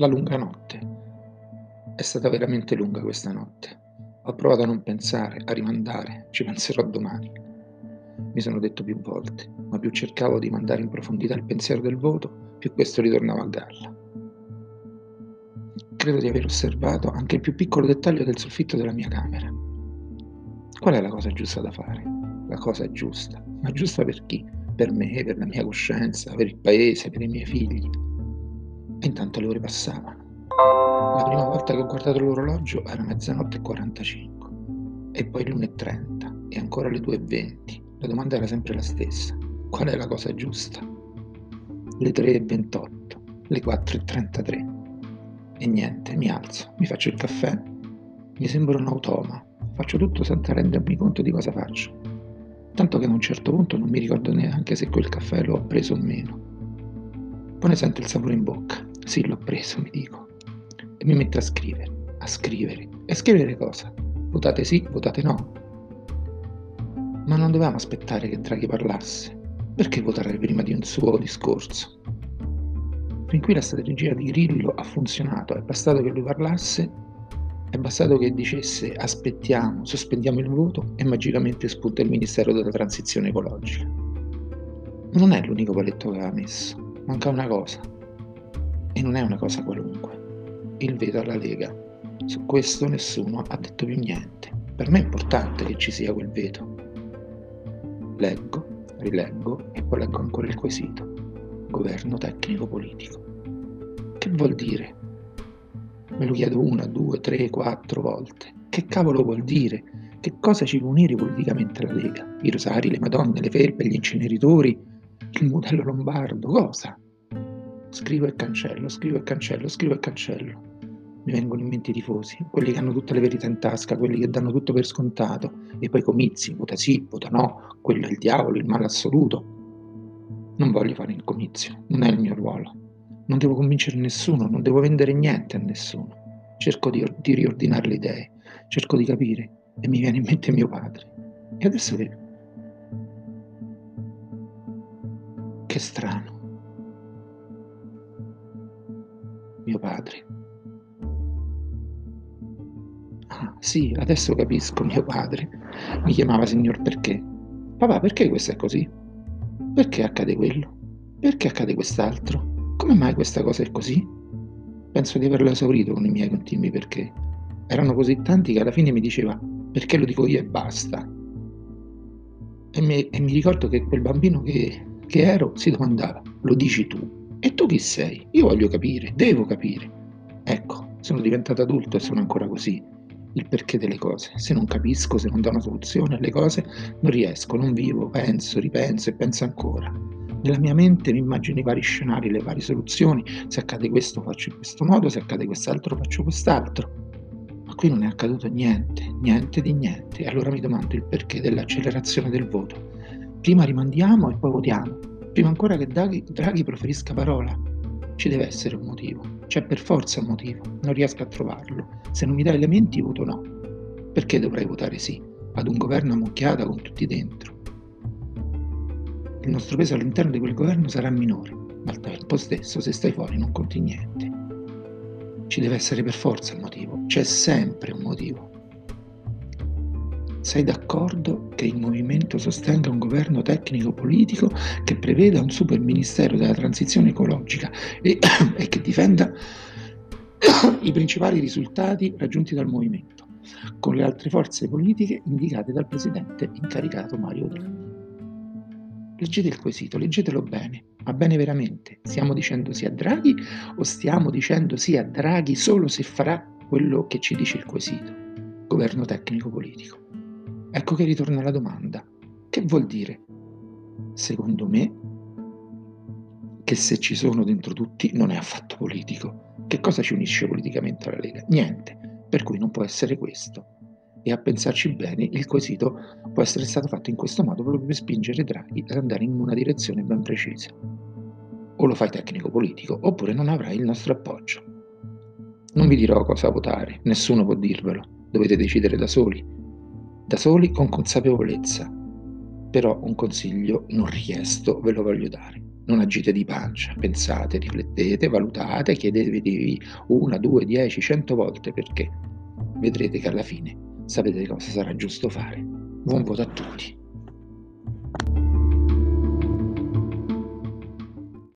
La lunga notte. È stata veramente lunga questa notte. Ho provato a non pensare, a rimandare, ci penserò domani. Mi sono detto più volte, ma più cercavo di mandare in profondità il pensiero del voto, più questo ritornava a galla. Credo di aver osservato anche il più piccolo dettaglio del soffitto della mia camera. Qual è la cosa giusta da fare? La cosa giusta. Ma giusta per chi? Per me, per la mia coscienza, per il paese, per i miei figli. E intanto le ore passavano. La prima volta che ho guardato l'orologio era 00:45 e poi l'1:30 e ancora le 2:20. La domanda era sempre la stessa: qual è la cosa giusta? Le 3:28, le 4:33 e niente, mi alzo, mi faccio il caffè, mi sembro un automa, faccio tutto senza rendermi conto di cosa faccio, tanto che a un certo punto non mi ricordo neanche se quel caffè l'ho preso o meno. Poi ne sento il sapore in bocca. Sì, l'ho preso, mi dico. E mi metto a scrivere, a scrivere. E scrivere cosa? Votate sì, votate no. Ma non dovevamo aspettare che Draghi parlasse. Perché votare prima di un suo discorso? Fin qui la strategia di Grillo ha funzionato. È bastato che lui parlasse, è bastato che dicesse aspettiamo, sospendiamo il voto e magicamente spunta il Ministero della Transizione Ecologica. Ma non è l'unico paletto che aveva messo. Manca una cosa. E non è una cosa qualunque. Il veto alla Lega. Su questo nessuno ha detto più niente. Per me è importante che ci sia quel veto. Leggo, rileggo e poi leggo ancora il quesito. Governo tecnico politico. Che vuol dire? Me lo chiedo 1, 2, 3, 4 volte. Che cavolo vuol dire? Che cosa ci può unire politicamente la Lega? I rosari, le madonne, le felpe, gli inceneritori, il modello lombardo, cosa? Scrivo e cancello, scrivo e cancello, scrivo e cancello. Mi vengono in mente i tifosi, quelli che hanno tutte le verità in tasca, quelli che danno tutto per scontato, e poi comizi, vota sì, vota no, quello è il diavolo, il male assoluto. Non voglio fare il comizio, non è il mio ruolo. Non devo convincere nessuno, non devo vendere niente a nessuno. Cerco di riordinare le idee, cerco di capire, e mi viene in mente mio padre. E adesso che strano. Mio padre. Ah, sì, adesso capisco, mio padre. Mi chiamava signor perché. Papà, perché questo è così? Perché accade quello? Perché accade quest'altro? Come mai questa cosa è così? Penso di averlo esaurito con i miei continui perché. Erano così tanti che alla fine mi diceva perché lo dico io e basta. E mi ricordo che quel bambino che ero si domandava, lo dici tu? E tu chi sei? Io voglio capire, devo capire. Ecco, sono diventato adulto e sono ancora così. Il perché delle cose. Se non capisco, se non do una soluzione alle cose, non riesco, non vivo, penso, ripenso e penso ancora. Nella mia mente mi immagino i vari scenari, le varie soluzioni. Se accade questo faccio in questo modo, se accade quest'altro faccio quest'altro. Ma qui non è accaduto niente, niente di niente. E allora mi domando il perché dell'accelerazione del voto. Prima rimandiamo e poi votiamo. Prima ancora che Draghi proferisca parola. Ci deve essere un motivo. C'è per forza un motivo. Non riesco a trovarlo. Se non mi dà elementi voto no. Perché dovrei votare sì ad un governo ammucchiata con tutti dentro? Il nostro peso all'interno di quel governo sarà minore, ma al tempo stesso se stai fuori non conti niente. Ci deve essere per forza un motivo, c'è sempre un motivo. Sei d'accordo che il movimento sostenga un governo tecnico-politico che preveda un super ministero della transizione ecologica e che difenda i principali risultati raggiunti dal movimento, con le altre forze politiche indicate dal presidente incaricato Mario Draghi. Leggete il quesito, leggetelo bene, ma bene veramente. Stiamo dicendo sì a Draghi o stiamo dicendo sì a Draghi solo se farà quello che ci dice il quesito? Governo tecnico-politico. Ecco che ritorna la domanda. Che vuol dire? Secondo me, che se ci sono dentro tutti non è affatto politico. Che cosa ci unisce politicamente alla Lega? Niente, per cui non può essere questo. E a pensarci bene, il quesito può essere stato fatto in questo modo proprio per spingere Draghi ad andare in una direzione ben precisa. O lo fai tecnico-politico, oppure non avrai il nostro appoggio. Non vi dirò cosa votare, nessuno può dirvelo, dovete decidere da soli con consapevolezza. Però un consiglio non richiesto ve lo voglio dare. Non agite di pancia, pensate, riflettete, valutate, chiedetevi 1, 2, 10, 100 volte perché. Vedrete che alla fine sapete cosa sarà giusto fare. Buon voto a tutti.